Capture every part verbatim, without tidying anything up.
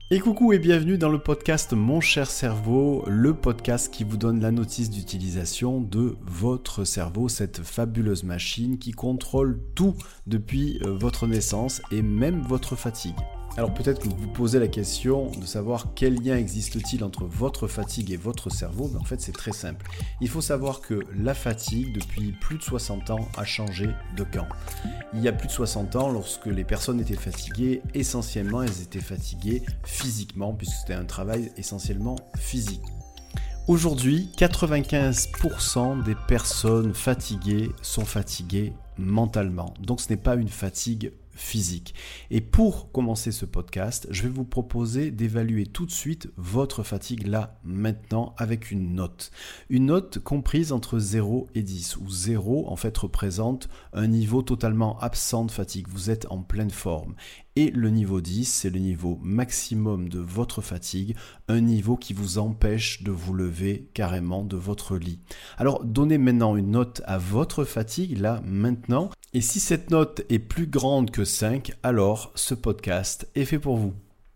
Et coucou et bienvenue dans le podcast Mon cher cerveau, le podcast qui vous donne la notice d'utilisation de votre cerveau, cette fabuleuse machine qui contrôle tout depuis votre naissance et même votre fatigue. Alors peut-être que vous vous posez la question de savoir quel lien existe-t-il entre votre fatigue et votre cerveau, mais en fait c'est très simple. Il faut savoir que la fatigue depuis plus de soixante ans a changé de camp. Il y a plus de soixante ans, lorsque les personnes étaient fatiguées, essentiellement elles étaient fatiguées physiquement, puisque c'était un travail essentiellement physique. Aujourd'hui, quatre-vingt-quinze pour cent des personnes fatiguées sont fatiguées mentalement. Donc ce n'est pas une fatigue physique. Et pour commencer ce podcast, je vais vous proposer d'évaluer tout de suite votre fatigue là, maintenant, avec une note. Une note comprise entre zéro et dix, où zéro en fait représente un niveau totalement absent de fatigue. Vous êtes en pleine forme. Et le niveau dix, c'est le niveau maximum de votre fatigue, un niveau qui vous empêche de vous lever carrément de votre lit. Alors, donnez maintenant une note à votre fatigue, là, maintenant. Et si cette note est plus grande que cinq, alors ce podcast est fait pour vous.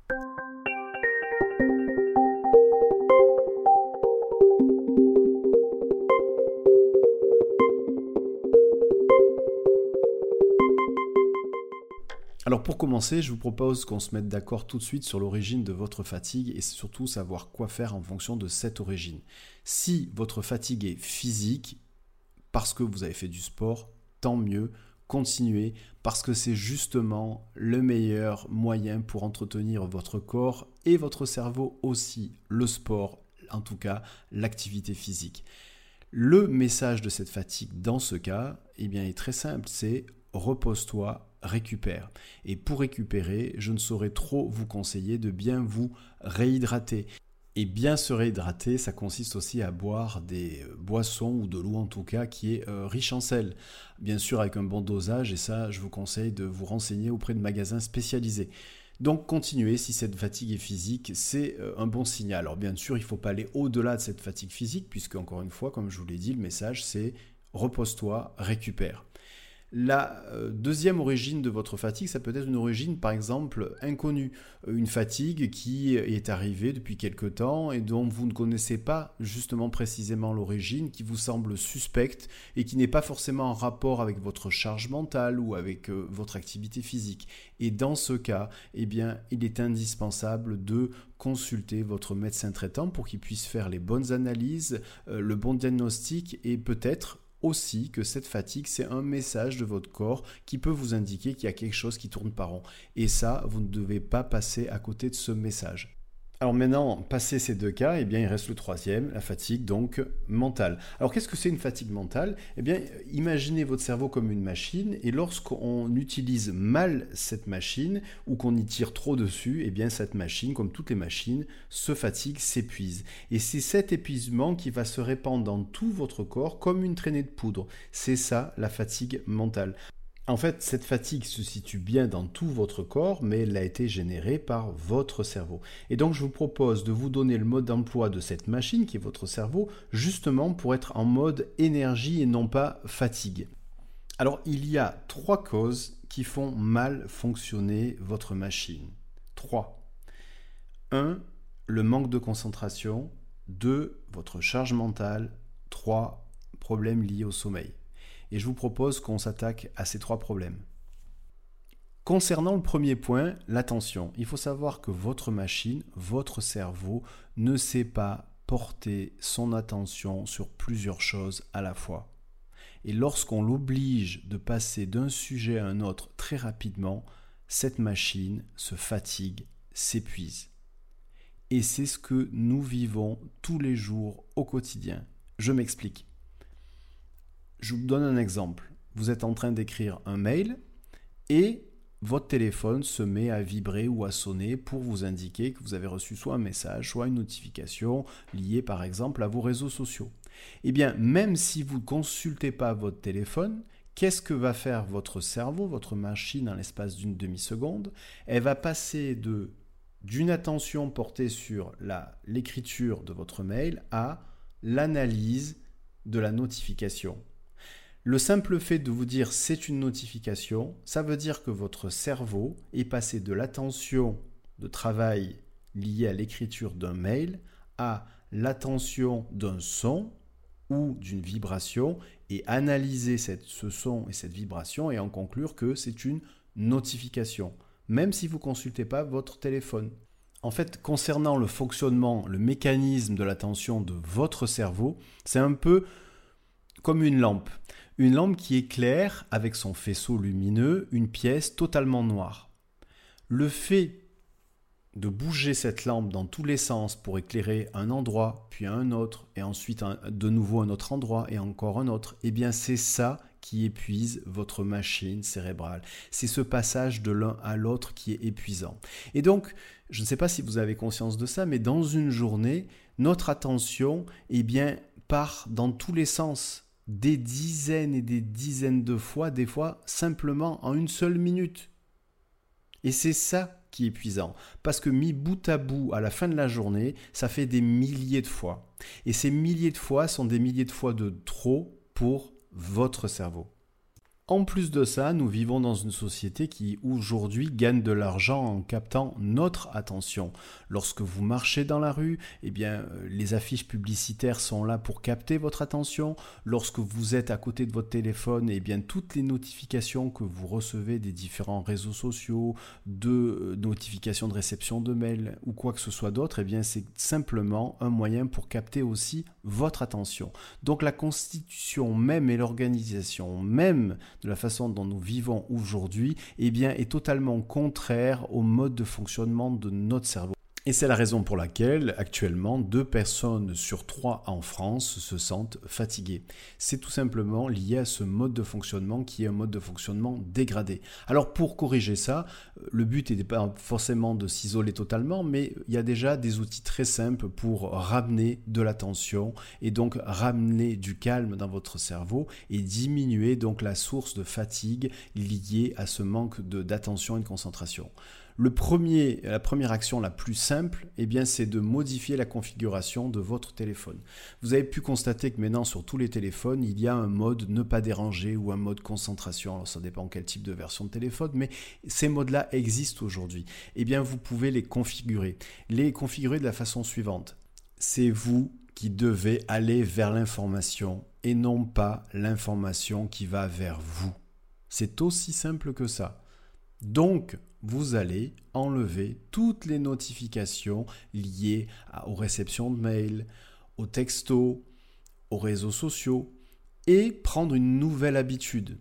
Alors pour commencer, je vous propose qu'on se mette d'accord tout de suite sur l'origine de votre fatigue et surtout savoir quoi faire en fonction de cette origine. Si votre fatigue est physique, parce que vous avez fait du sport, tant mieux, continuez, parce que c'est justement le meilleur moyen pour entretenir votre corps et votre cerveau aussi, le sport, en tout cas l'activité physique. Le message de cette fatigue dans ce cas, eh bien, est très simple, c'est repose-toi, récupère. Et pour récupérer, je ne saurais trop vous conseiller de bien vous réhydrater. Et bien se réhydrater, ça consiste aussi à boire des boissons ou de l'eau en tout cas qui est euh, riche en sel. Bien sûr avec un bon dosage et ça, je vous conseille de vous renseigner auprès de magasins spécialisés. Donc continuez, si cette fatigue est physique, c'est un bon signal. Alors bien sûr, il ne faut pas aller au-delà de cette fatigue physique puisque encore une fois, comme je vous l'ai dit, le message c'est repose-toi, récupère. La deuxième origine de votre fatigue, ça peut être une origine par exemple inconnue, une fatigue qui est arrivée depuis quelque temps et dont vous ne connaissez pas justement précisément l'origine, qui vous semble suspecte et qui n'est pas forcément en rapport avec votre charge mentale ou avec euh, votre activité physique. Et dans ce cas, eh bien, il est indispensable de consulter votre médecin traitant pour qu'il puisse faire les bonnes analyses, euh, le bon diagnostic et peut-être aussi que cette fatigue, c'est un message de votre corps qui peut vous indiquer qu'il y a quelque chose qui tourne pas rond. Et ça, vous ne devez pas passer à côté de ce message. Alors maintenant, passé ces deux cas, eh bien, il reste le troisième, la fatigue donc mentale. Alors qu'est-ce que c'est une fatigue mentale ? Eh bien, imaginez votre cerveau comme une machine et lorsqu'on utilise mal cette machine ou qu'on y tire trop dessus, eh bien cette machine, comme toutes les machines, se fatigue, s'épuise. Et c'est cet épuisement qui va se répandre dans tout votre corps comme une traînée de poudre. C'est ça la fatigue mentale. En fait, cette fatigue se situe bien dans tout votre corps, mais elle a été générée par votre cerveau. Et donc, je vous propose de vous donner le mode d'emploi de cette machine, qui est votre cerveau, justement pour être en mode énergie et non pas fatigue. Alors, il y a trois causes qui font mal fonctionner votre machine. Trois. un. Le manque de concentration. deux. Votre charge mentale. trois. Problèmes liés au sommeil. Et je vous propose qu'on s'attaque à ces trois problèmes. Concernant le premier point, l'attention, il faut savoir que votre machine, votre cerveau, ne sait pas porter son attention sur plusieurs choses à la fois. Et lorsqu'on l'oblige de passer d'un sujet à un autre très rapidement, cette machine se fatigue, s'épuise. Et c'est ce que nous vivons tous les jours au quotidien. Je m'explique. Je vous donne un exemple. Vous êtes en train d'écrire un mail et votre téléphone se met à vibrer ou à sonner pour vous indiquer que vous avez reçu soit un message, soit une notification liée par exemple à vos réseaux sociaux. Eh bien, même si vous ne consultez pas votre téléphone, qu'est-ce que va faire votre cerveau, votre machine en l'espace d'une demi-seconde ? Elle va passer de, d'une attention portée sur la, l'écriture de votre mail à l'analyse de la notification. Le simple fait de vous dire c'est une notification, ça veut dire que votre cerveau est passé de l'attention de travail liée à l'écriture d'un mail à l'attention d'un son ou d'une vibration et analyser cette, ce son et cette vibration et en conclure que c'est une notification, même si vous ne consultez pas votre téléphone. En fait, concernant le fonctionnement, le mécanisme de l'attention de votre cerveau, c'est un peu comme une lampe. Une lampe qui éclaire avec son faisceau lumineux une pièce totalement noire. Le fait de bouger cette lampe dans tous les sens pour éclairer un endroit, puis un autre, et ensuite un, de nouveau un autre endroit, et encore un autre, eh bien c'est ça qui épuise votre machine cérébrale. C'est ce passage de l'un à l'autre qui est épuisant. Et donc, je ne sais pas si vous avez conscience de ça, mais dans une journée, notre attention eh bien, part dans tous les sens, des dizaines et des dizaines de fois, des fois simplement en une seule minute. Et c'est ça qui est épuisant, parce que mis bout à bout à la fin de la journée, ça fait des milliers de fois. Et ces milliers de fois sont des milliers de fois de trop pour votre cerveau. En plus de ça, nous vivons dans une société qui aujourd'hui gagne de l'argent en captant notre attention. Lorsque vous marchez dans la rue, eh bien, les affiches publicitaires sont là pour capter votre attention. Lorsque vous êtes à côté de votre téléphone, eh bien, toutes les notifications que vous recevez des différents réseaux sociaux, de notifications de réception de mails ou quoi que ce soit d'autre, eh bien, c'est simplement un moyen pour capter aussi votre attention. Donc la constitution même et l'organisation même de la façon dont nous vivons aujourd'hui, eh bien, est totalement contraire au mode de fonctionnement de notre cerveau. Et c'est la raison pour laquelle, actuellement, deux personnes sur trois en France se sentent fatiguées. C'est tout simplement lié à ce mode de fonctionnement qui est un mode de fonctionnement dégradé. Alors pour corriger ça, le but n'est pas forcément de s'isoler totalement, mais il y a déjà des outils très simples pour ramener de l'attention et donc ramener du calme dans votre cerveau et diminuer donc la source de fatigue liée à ce manque de, d'attention et de concentration. Le premier, la première action la plus simple, eh bien, c'est de modifier la configuration de votre téléphone. Vous avez pu constater que maintenant, sur tous les téléphones, il y a un mode ne pas déranger ou un mode concentration. Alors, ça dépend quel type de version de téléphone, mais ces modes-là existent aujourd'hui. Eh bien, vous pouvez les configurer. Les configurer de la façon suivante. C'est vous qui devez aller vers l'information et non pas l'information qui va vers vous. C'est aussi simple que ça. Donc, vous allez enlever toutes les notifications liées à, aux réceptions de mails, aux textos, aux réseaux sociaux et prendre une nouvelle habitude.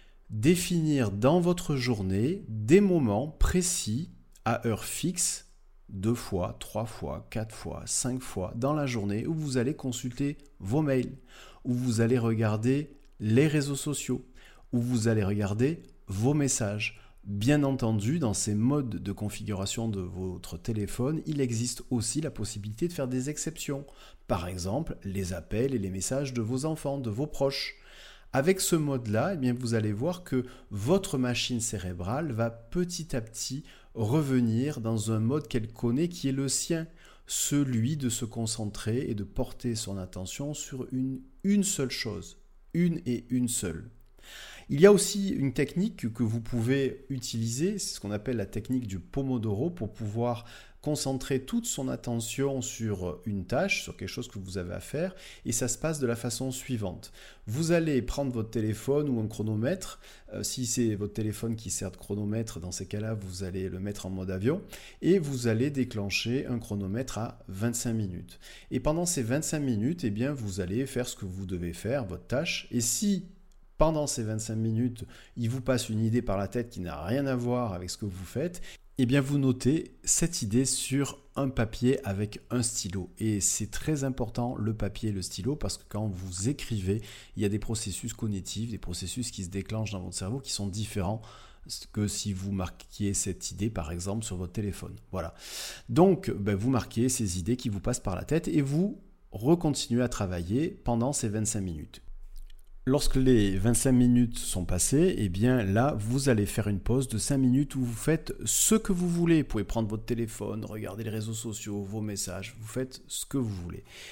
Définir dans votre journée des moments précis à heure fixe, deux fois, trois fois, quatre fois, cinq fois dans la journée où vous allez consulter vos mails, où vous allez regarder les réseaux sociaux, où vous allez regarder vos messages. Bien entendu, dans ces modes de configuration de votre téléphone, il existe aussi la possibilité de faire des exceptions. Par exemple, les appels et les messages de vos enfants, de vos proches. Avec ce mode-là, eh bien, vous allez voir que votre machine cérébrale va petit à petit revenir dans un mode qu'elle connaît qui est le sien, celui de se concentrer et de porter son attention sur une, une seule chose, une et une seule. Il y a aussi une technique que vous pouvez utiliser, c'est ce qu'on appelle la technique du Pomodoro, pour pouvoir concentrer toute son attention sur une tâche, sur quelque chose que vous avez à faire, et ça se passe de la façon suivante. Vous allez prendre votre téléphone ou un chronomètre, euh, si c'est votre téléphone qui sert de chronomètre, dans ces cas-là, vous allez le mettre en mode avion, et vous allez déclencher un chronomètre à vingt-cinq minutes. Et pendant ces vingt-cinq minutes, eh bien, vous allez faire ce que vous devez faire, votre tâche, et si pendant ces vingt-cinq minutes, il vous passe une idée par la tête qui n'a rien à voir avec ce que vous faites, eh bien vous notez cette idée sur un papier avec un stylo. Et c'est très important le papier et le stylo parce que quand vous écrivez, il y a des processus cognitifs, des processus qui se déclenchent dans votre cerveau qui sont différents que si vous marquiez cette idée par exemple sur votre téléphone. Voilà. Donc ben, vous marquez ces idées qui vous passent par la tête et vous recontinuez à travailler pendant ces vingt-cinq minutes. Lorsque les vingt-cinq minutes sont passées, eh bien là, vous allez faire une pause de cinq minutes où vous faites ce que vous voulez. Vous pouvez prendre votre téléphone, regarder les réseaux sociaux, vos messages, vous faites ce que vous voulez.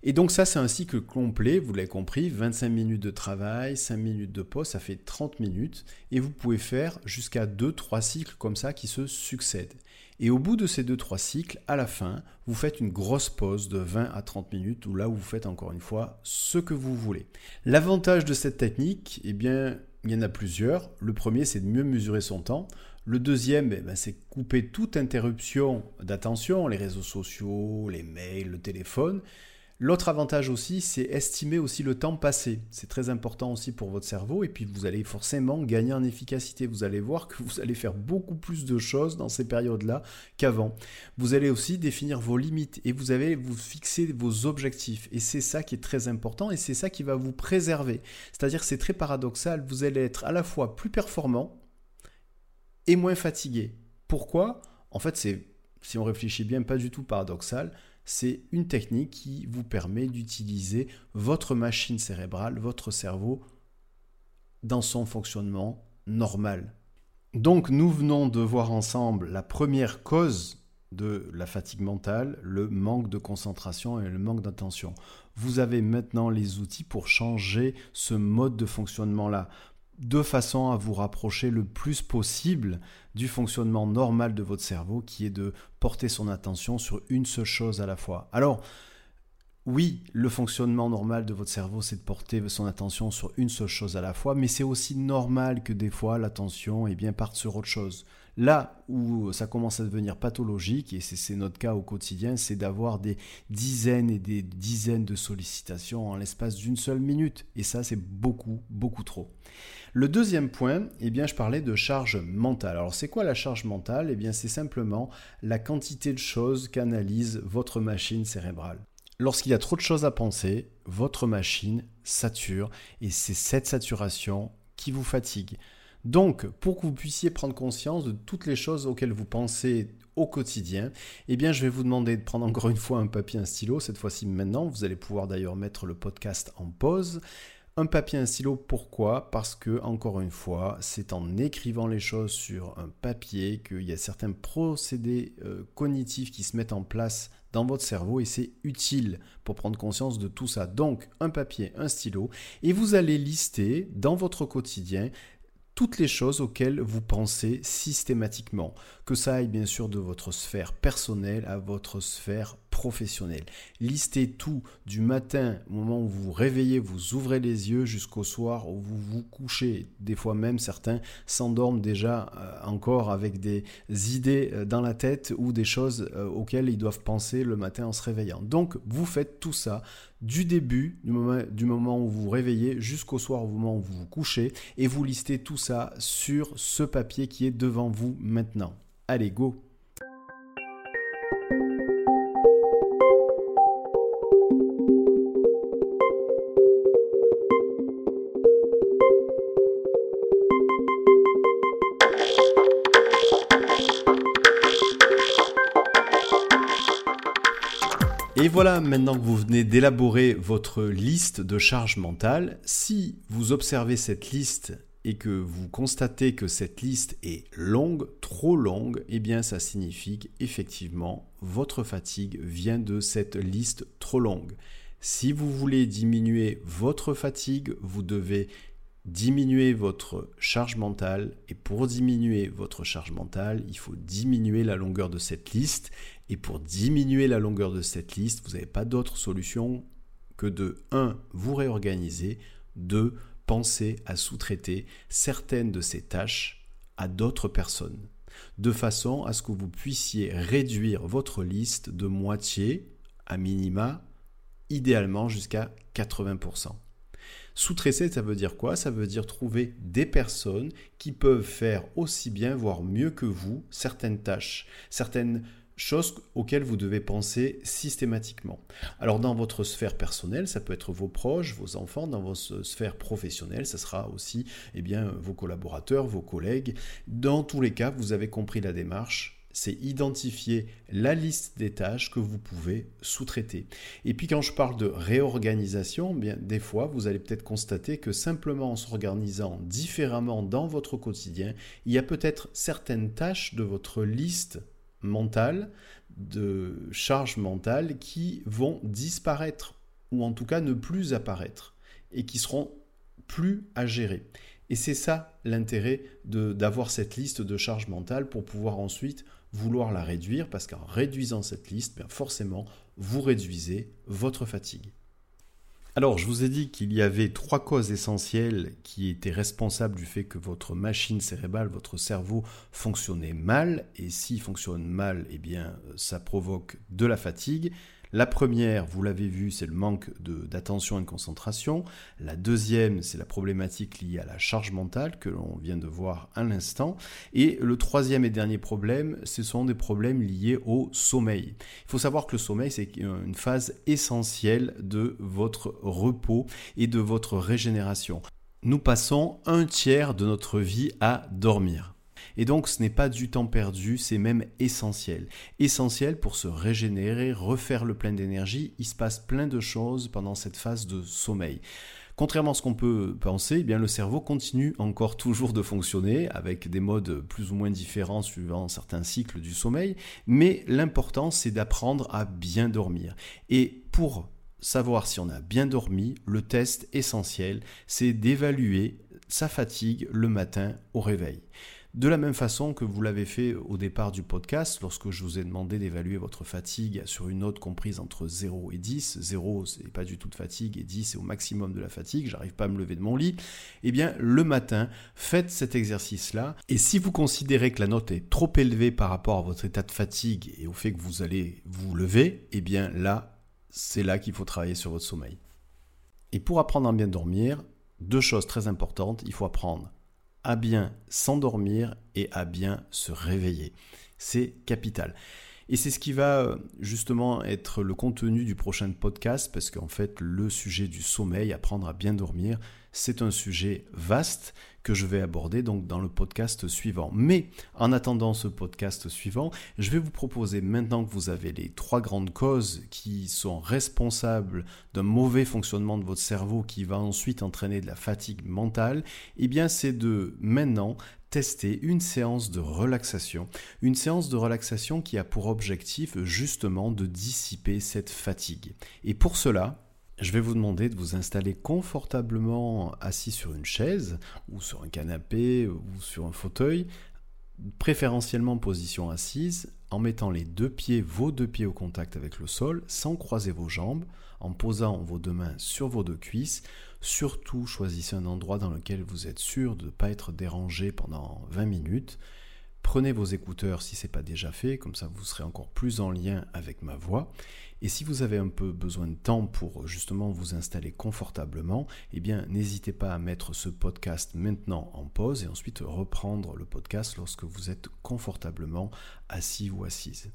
Et donc ça, c'est un cycle complet, vous l'avez compris, vingt-cinq minutes de travail, cinq minutes de pause, ça fait trente minutes. Et vous pouvez faire jusqu'à deux trois cycles comme ça qui se succèdent. Et au bout de ces deux trois cycles, à la fin, vous faites une grosse pause de vingt à trente minutes où là, vous faites encore une fois ce que vous voulez. L'avantage de cette technique, eh bien, il y en a plusieurs. Le premier, c'est de mieux mesurer son temps. Le deuxième, eh ben, c'est couper toute interruption d'attention, les réseaux sociaux, les mails, le téléphone. L'autre avantage aussi, c'est estimer aussi le temps passé. C'est très important aussi pour votre cerveau et puis vous allez forcément gagner en efficacité. Vous allez voir que vous allez faire beaucoup plus de choses dans ces périodes-là qu'avant. Vous allez aussi définir vos limites et vous allez vous fixer vos objectifs. Et c'est ça qui est très important et c'est ça qui va vous préserver. C'est-à-dire que c'est très paradoxal, vous allez être à la fois plus performant et moins fatigué. Pourquoi ? En fait, c'est, si on réfléchit bien, pas du tout paradoxal. C'est une technique qui vous permet d'utiliser votre machine cérébrale, votre cerveau, dans son fonctionnement normal. Donc, nous venons de voir ensemble la première cause de la fatigue mentale, le manque de concentration et le manque d'attention. Vous avez maintenant les outils pour changer ce mode de fonctionnement-là, de façon à vous rapprocher le plus possible du fonctionnement normal de votre cerveau qui est de porter son attention sur une seule chose à la fois. Alors, oui, le fonctionnement normal de votre cerveau, c'est de porter son attention sur une seule chose à la fois, mais c'est aussi normal que des fois l'attention eh bien, parte sur autre chose. Là où ça commence à devenir pathologique, et c'est, c'est notre cas au quotidien, c'est d'avoir des dizaines et des dizaines de sollicitations en l'espace d'une seule minute. Et ça, c'est beaucoup, beaucoup trop. Le deuxième point, eh bien, je parlais de charge mentale. Alors, c'est quoi la charge mentale ? Eh bien, c'est simplement la quantité de choses qu'analyse votre machine cérébrale. Lorsqu'il y a trop de choses à penser, votre machine sature et c'est cette saturation qui vous fatigue. Donc, pour que vous puissiez prendre conscience de toutes les choses auxquelles vous pensez au quotidien, eh bien, je vais vous demander de prendre encore une fois un papier et un stylo. Cette fois-ci maintenant, vous allez pouvoir d'ailleurs mettre le podcast en pause. Un papier et un stylo, pourquoi ? Parce que, encore une fois, c'est en écrivant les choses sur un papier qu'il y a certains procédés euh, cognitifs qui se mettent en place dans votre cerveau et c'est utile pour prendre conscience de tout ça. Donc, un papier, un stylo, et vous allez lister dans votre quotidien toutes les choses auxquelles vous pensez systématiquement, que ça aille bien sûr de votre sphère personnelle à votre sphère professionnelle. Listez tout du matin, au moment où vous vous réveillez, vous ouvrez les yeux, jusqu'au soir où vous vous couchez. Des fois même, certains s'endorment déjà euh, encore avec des idées euh, dans la tête ou des choses euh, auxquelles ils doivent penser le matin en se réveillant. Donc, vous faites tout ça du début, du moment, du moment où vous vous réveillez, jusqu'au soir, au moment où vous vous couchez, et vous listez tout ça sur ce papier qui est devant vous maintenant. Allez, go! Et voilà, maintenant que vous venez d'élaborer votre liste de charges mentales, si vous observez cette liste et que vous constatez que cette liste est longue, trop longue, eh bien ça signifie qu'effectivement, votre fatigue vient de cette liste trop longue. Si vous voulez diminuer votre fatigue, vous devez diminuer votre charge mentale et pour diminuer votre charge mentale, il faut diminuer la longueur de cette liste et pour diminuer la longueur de cette liste, vous n'avez pas d'autre solution que de un vous réorganiser, deux penser à sous-traiter certaines de ces tâches à d'autres personnes, de façon à ce que vous puissiez réduire votre liste de moitié, à minima, idéalement jusqu'à quatre-vingts pour cent. Sous-traiter, ça veut dire quoi ? Ça veut dire trouver des personnes qui peuvent faire aussi bien, voire mieux que vous, certaines tâches, certaines choses auxquelles vous devez penser systématiquement. Alors dans votre sphère personnelle, ça peut être vos proches, vos enfants. Dans votre sphère professionnelle, ça sera aussi eh bien, vos collaborateurs, vos collègues. Dans tous les cas, vous avez compris la démarche. C'est identifier la liste des tâches que vous pouvez sous-traiter. Et puis quand je parle de réorganisation, bien, des fois, vous allez peut-être constater que simplement en s'organisant différemment dans votre quotidien, il y a peut-être certaines tâches de votre liste mentale, de charge mentale, qui vont disparaître ou en tout cas ne plus apparaître, et qui seront plus à gérer. Et c'est ça l'intérêt de, d'avoir cette liste de charge mentale pour pouvoir ensuite vouloir la réduire, parce qu'en réduisant cette liste, bien forcément, vous réduisez votre fatigue. Alors, je vous ai dit qu'il y avait trois causes essentielles qui étaient responsables du fait que votre machine cérébrale, votre cerveau, fonctionnait mal. Et s'il fonctionne mal, eh bien, ça provoque de la fatigue. La première, vous l'avez vu, c'est le manque de, d'attention et de concentration. La deuxième, c'est la problématique liée à la charge mentale que l'on vient de voir à l'instant. Et le troisième et dernier problème, ce sont des problèmes liés au sommeil. Il faut savoir que le sommeil, c'est une phase essentielle de votre repos et de votre régénération. Nous passons un tiers de notre vie à dormir. Et donc, ce n'est pas du temps perdu, c'est même essentiel. Essentiel pour se régénérer, refaire le plein d'énergie. Il se passe plein de choses pendant cette phase de sommeil. Contrairement à ce qu'on peut penser, eh bien, le cerveau continue encore toujours de fonctionner avec des modes plus ou moins différents suivant certains cycles du sommeil. Mais l'important, c'est d'apprendre à bien dormir. Et pour savoir si on a bien dormi, le test essentiel, c'est d'évaluer sa fatigue le matin au réveil. De la même façon que vous l'avez fait au départ du podcast, lorsque je vous ai demandé d'évaluer votre fatigue sur une note comprise entre zéro et dix, zéro c'est pas du tout de fatigue et dix c'est au maximum de la fatigue, j'arrive pas à me lever de mon lit, eh bien le matin, faites cet exercice-là, et si vous considérez que la note est trop élevée par rapport à votre état de fatigue et au fait que vous allez vous lever, eh bien là, c'est là qu'il faut travailler sur votre sommeil. Et pour apprendre à bien dormir, deux choses très importantes, il faut apprendre à bien s'endormir et à bien se réveiller. C'est capital. Et c'est ce qui va justement être le contenu du prochain podcast, parce qu'en fait, le sujet du sommeil, apprendre à bien dormir, c'est un sujet vaste que je vais aborder donc dans le podcast suivant. Mais en attendant ce podcast suivant, je vais vous proposer, maintenant que vous avez les trois grandes causes qui sont responsables d'un mauvais fonctionnement de votre cerveau qui va ensuite entraîner de la fatigue mentale, eh bien c'est de maintenant tester une séance de relaxation. Une séance de relaxation qui a pour objectif justement de dissiper cette fatigue. Et pour cela, je vais vous demander de vous installer confortablement assis sur une chaise ou sur un canapé ou sur un fauteuil, préférentiellement en position assise, en mettant les deux pieds, vos deux pieds au contact avec le sol, sans croiser vos jambes, en posant vos deux mains sur vos deux cuisses. Surtout, choisissez un endroit dans lequel vous êtes sûr de ne pas être dérangé pendant vingt minutes. Prenez vos écouteurs si ce n'est pas déjà fait, comme ça vous serez encore plus en lien avec ma voix. Et si vous avez un peu besoin de temps pour justement vous installer confortablement, eh bien n'hésitez pas à mettre ce podcast maintenant en pause et ensuite reprendre le podcast lorsque vous êtes confortablement assis ou assise.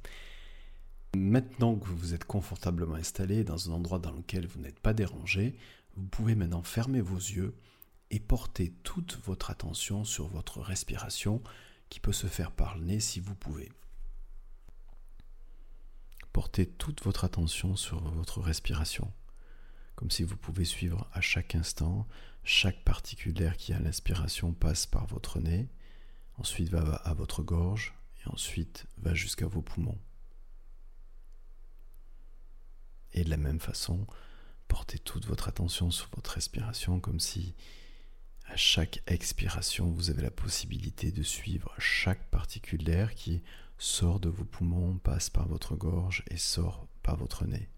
Maintenant que vous êtes confortablement installé dans un endroit dans lequel vous n'êtes pas dérangé, vous pouvez maintenant fermer vos yeux et porter toute votre attention sur votre respiration qui peut se faire par le nez si vous pouvez. Portez toute votre attention sur votre respiration, comme si vous pouvez suivre à chaque instant, chaque particule d'air qui est à l'inspiration passe par votre nez, ensuite va à votre gorge et ensuite va jusqu'à vos poumons. Et de la même façon, portez toute votre attention sur votre respiration comme si à chaque expiration, vous avez la possibilité de suivre chaque particule d'air qui sort de vos poumons, passe par votre gorge et sort par votre nez.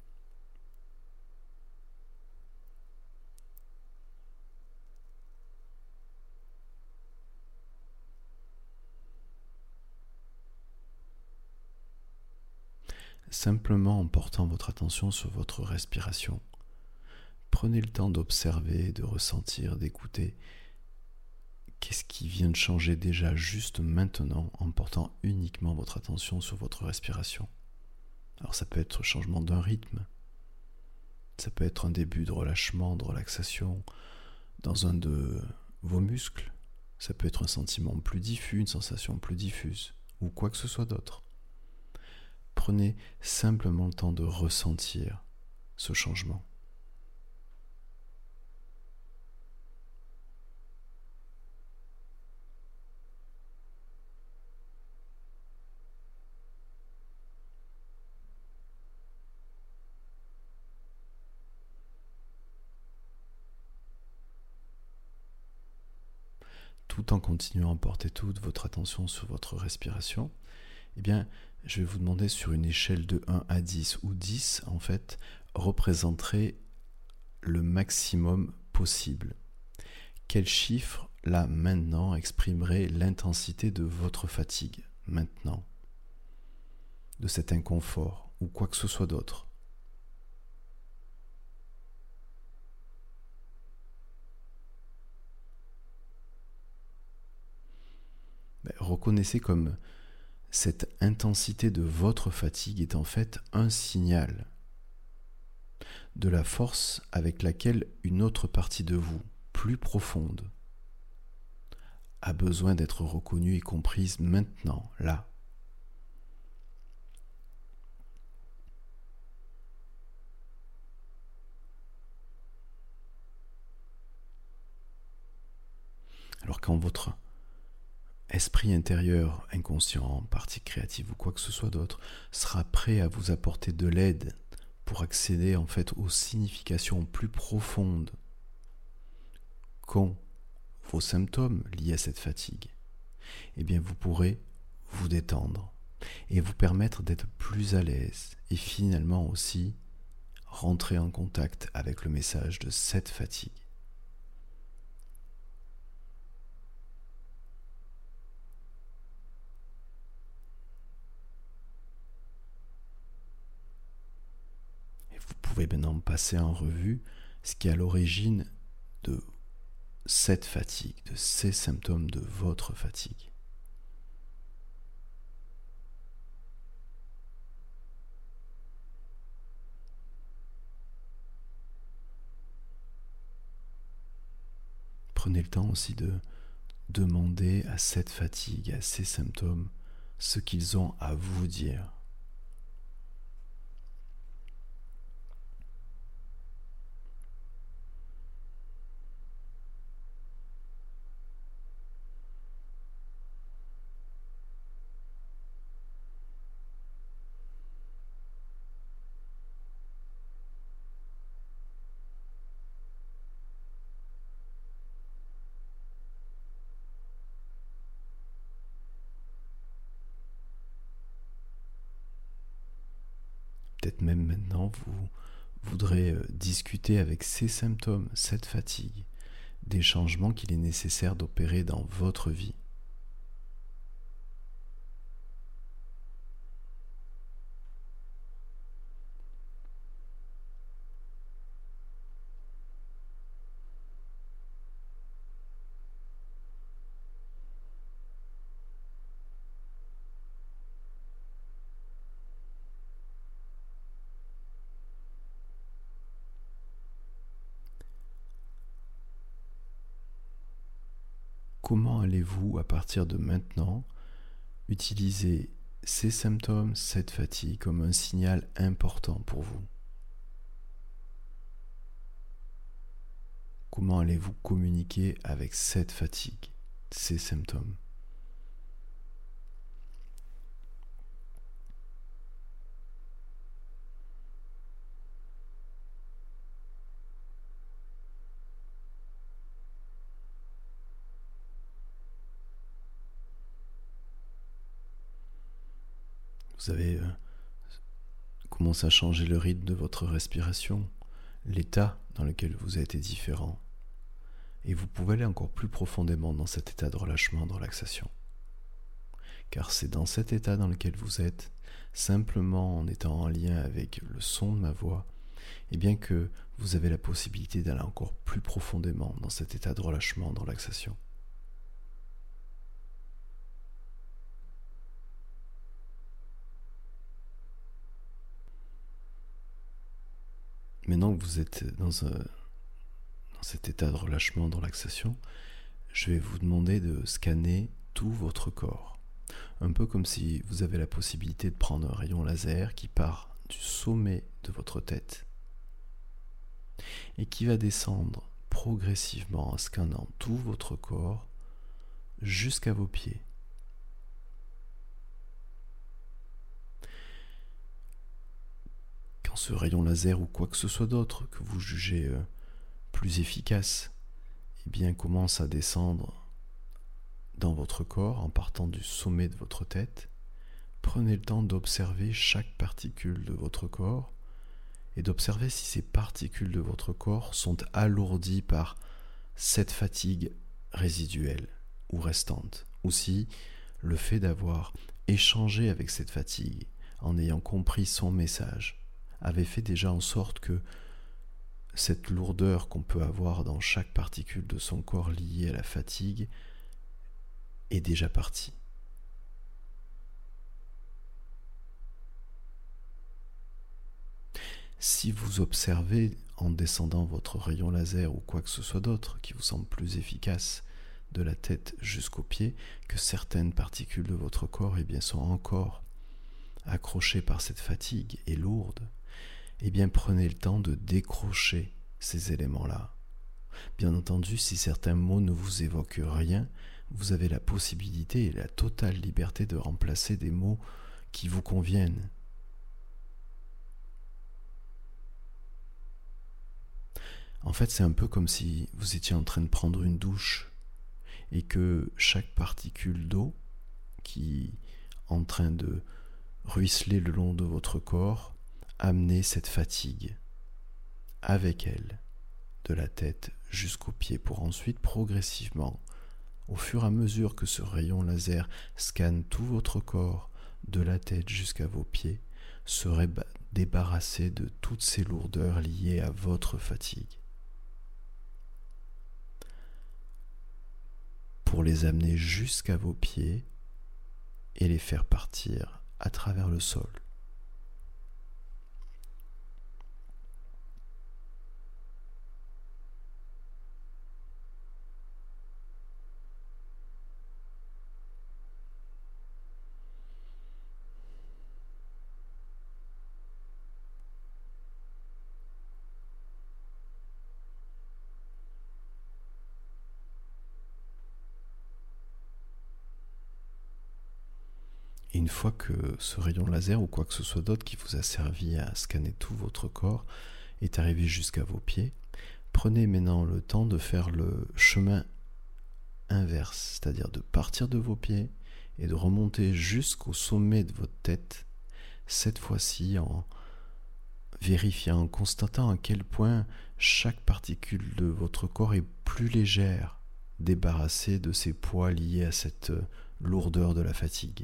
Simplement en portant votre attention sur votre respiration, prenez le temps d'observer, de ressentir, d'écouter. Qu'est-ce qui vient de changer déjà juste maintenant en portant uniquement votre attention sur votre respiration? Alors ça peut être le changement d'un rythme, ça peut être un début de relâchement, de relaxation dans un de vos muscles, ça peut être un sentiment plus diffus, une sensation plus diffuse ou quoi que ce soit d'autre. Prenez simplement le temps de ressentir ce changement. tout en continuant à porter toute votre attention sur votre respiration, eh bien, je vais vous demander sur une échelle de un à dix, où dix, en fait, représenterait le maximum possible. Quel chiffre, là, maintenant, exprimerait l'intensité de votre fatigue, maintenant, de cet inconfort, ou quoi que ce soit d'autre? Ben, reconnaissez comme cette intensité de votre fatigue est en fait un signal de la force avec laquelle une autre partie de vous, plus profonde, a besoin d'être reconnue et comprise maintenant, là. Alors quand votre esprit intérieur, inconscient, partie créative ou quoi que ce soit d'autre, sera prêt à vous apporter de l'aide pour accéder en fait aux significations plus profondes qu'ont vos symptômes liés à cette fatigue, eh bien vous pourrez vous détendre et vous permettre d'être plus à l'aise et finalement aussi rentrer en contact avec le message de cette fatigue. Et vous pouvez maintenant passer en revue ce qui est à l'origine de cette fatigue, de ces symptômes de votre fatigue. Prenez le temps aussi de demander à cette fatigue, à ces symptômes, ce qu'ils ont à vous dire. Peut-être même maintenant, vous voudrez discuter avec ces symptômes, cette fatigue, des changements qu'il est nécessaire d'opérer dans votre vie. Comment allez-vous, à partir de maintenant, utiliser ces symptômes, cette fatigue, comme un signal important pour vous? Comment allez-vous communiquer avec cette fatigue, ces symptômes? Vous avez euh, commencé à changer le rythme de votre respiration, l'état dans lequel vous êtes est différent. Et vous pouvez aller encore plus profondément dans cet état de relâchement, de relaxation. Car c'est dans cet état dans lequel vous êtes, simplement en étant en lien avec le son de ma voix, et bien que vous avez la possibilité d'aller encore plus profondément dans cet état de relâchement, de relaxation. Maintenant que vous êtes dans, un, dans cet état de relâchement, de relaxation, je vais vous demander de scanner tout votre corps. Un peu comme si vous avez la possibilité de prendre un rayon laser qui part du sommet de votre tête et qui va descendre progressivement en scannant tout votre corps jusqu'à vos pieds. Quand ce rayon laser ou quoi que ce soit d'autre que vous jugez euh, plus efficace, eh bien commence à descendre dans votre corps en partant du sommet de votre tête. Prenez le temps d'observer chaque particule de votre corps et d'observer si ces particules de votre corps sont alourdies par cette fatigue résiduelle ou restante, ou si le fait d'avoir échangé avec cette fatigue en ayant compris son message avait fait déjà en sorte que cette lourdeur qu'on peut avoir dans chaque particule de son corps liée à la fatigue est déjà partie. Si vous observez en descendant votre rayon laser ou quoi que ce soit d'autre qui vous semble plus efficace de la tête jusqu'aux pieds, que certaines particules de votre corps eh bien, sont encore accrochées par cette fatigue et lourdes, eh bien prenez le temps de décrocher ces éléments-là. Bien entendu, si certains mots ne vous évoquent rien, vous avez la possibilité et la totale liberté de remplacer des mots qui vous conviennent. En fait, c'est un peu comme si vous étiez en train de prendre une douche et que chaque particule d'eau qui est en train de ruisseler le long de votre corps amenait cette fatigue avec elle, de la tête jusqu'aux pieds, pour ensuite progressivement, au fur et à mesure que ce rayon laser scanne tout votre corps, de la tête jusqu'à vos pieds, se débarrasser de toutes ces lourdeurs liées à votre fatigue, pour les amener jusqu'à vos pieds et les faire partir à travers le sol. Et une fois que ce rayon laser ou quoi que ce soit d'autre qui vous a servi à scanner tout votre corps est arrivé jusqu'à vos pieds, prenez maintenant le temps de faire le chemin inverse, c'est-à-dire de partir de vos pieds et de remonter jusqu'au sommet de votre tête, cette fois-ci en vérifiant, en constatant à quel point chaque particule de votre corps est plus légère, débarrassée de ces poids liés à cette lourdeur de la fatigue.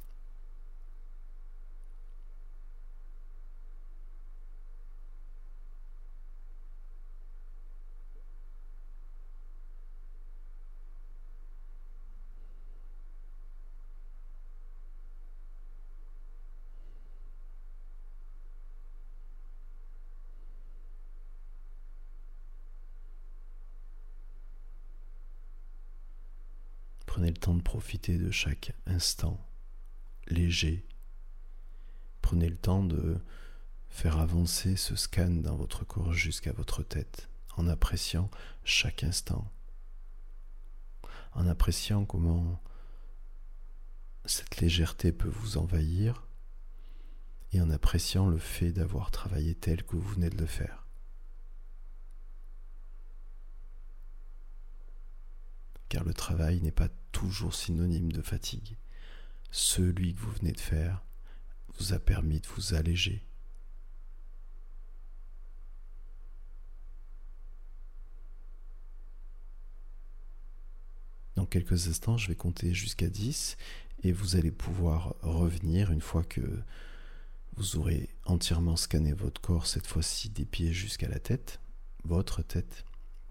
Prenez le temps de profiter de chaque instant léger. Prenez le temps de faire avancer ce scan dans votre corps jusqu'à votre tête, en appréciant chaque instant, en appréciant comment cette légèreté peut vous envahir et en appréciant le fait d'avoir travaillé tel que vous venez de le faire. Car le travail n'est pas toujours synonyme de fatigue. Celui que vous venez de faire vous a permis de vous alléger. Dans quelques instants, je vais compter jusqu'à dix et vous allez pouvoir revenir une fois que vous aurez entièrement scanné votre corps, cette fois-ci des pieds jusqu'à la tête, votre tête.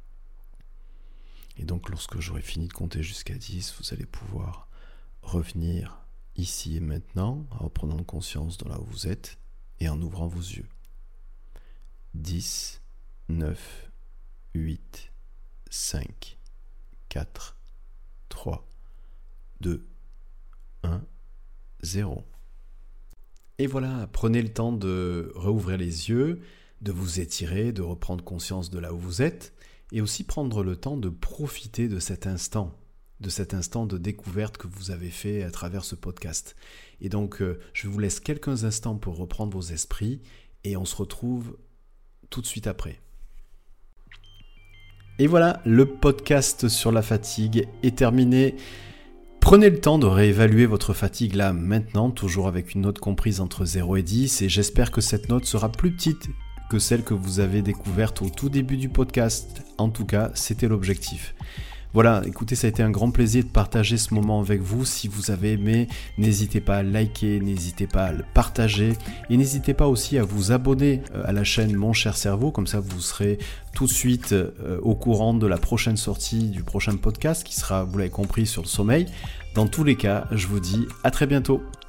Et donc lorsque j'aurai fini de compter jusqu'à dix, vous allez pouvoir revenir ici et maintenant en prenant conscience de là où vous êtes et en ouvrant vos yeux. dix, neuf, huit, cinq, quatre, trois, deux, un, zéro. Et voilà, prenez le temps de rouvrir les yeux, de vous étirer, de reprendre conscience de là où vous êtes. Et aussi prendre le temps de profiter de cet instant, de cet instant de découverte que vous avez fait à travers ce podcast. Et donc, euh, je vous laisse quelques instants pour reprendre vos esprits et on se retrouve tout de suite après. Et voilà, le podcast sur la fatigue est terminé. Prenez le temps de réévaluer votre fatigue là maintenant, toujours avec une note comprise entre zéro et dix, et j'espère que cette note sera plus petite que celle que vous avez découverte au tout début du podcast. En tout cas, c'était l'objectif. Voilà, écoutez, ça a été un grand plaisir de partager ce moment avec vous. Si vous avez aimé, n'hésitez pas à liker, n'hésitez pas à le partager et n'hésitez pas aussi à vous abonner à la chaîne Mon Cher Cerveau, comme ça vous serez tout de suite au courant de la prochaine sortie du prochain podcast qui sera, vous l'avez compris, sur le sommeil. Dans tous les cas, je vous dis à très bientôt.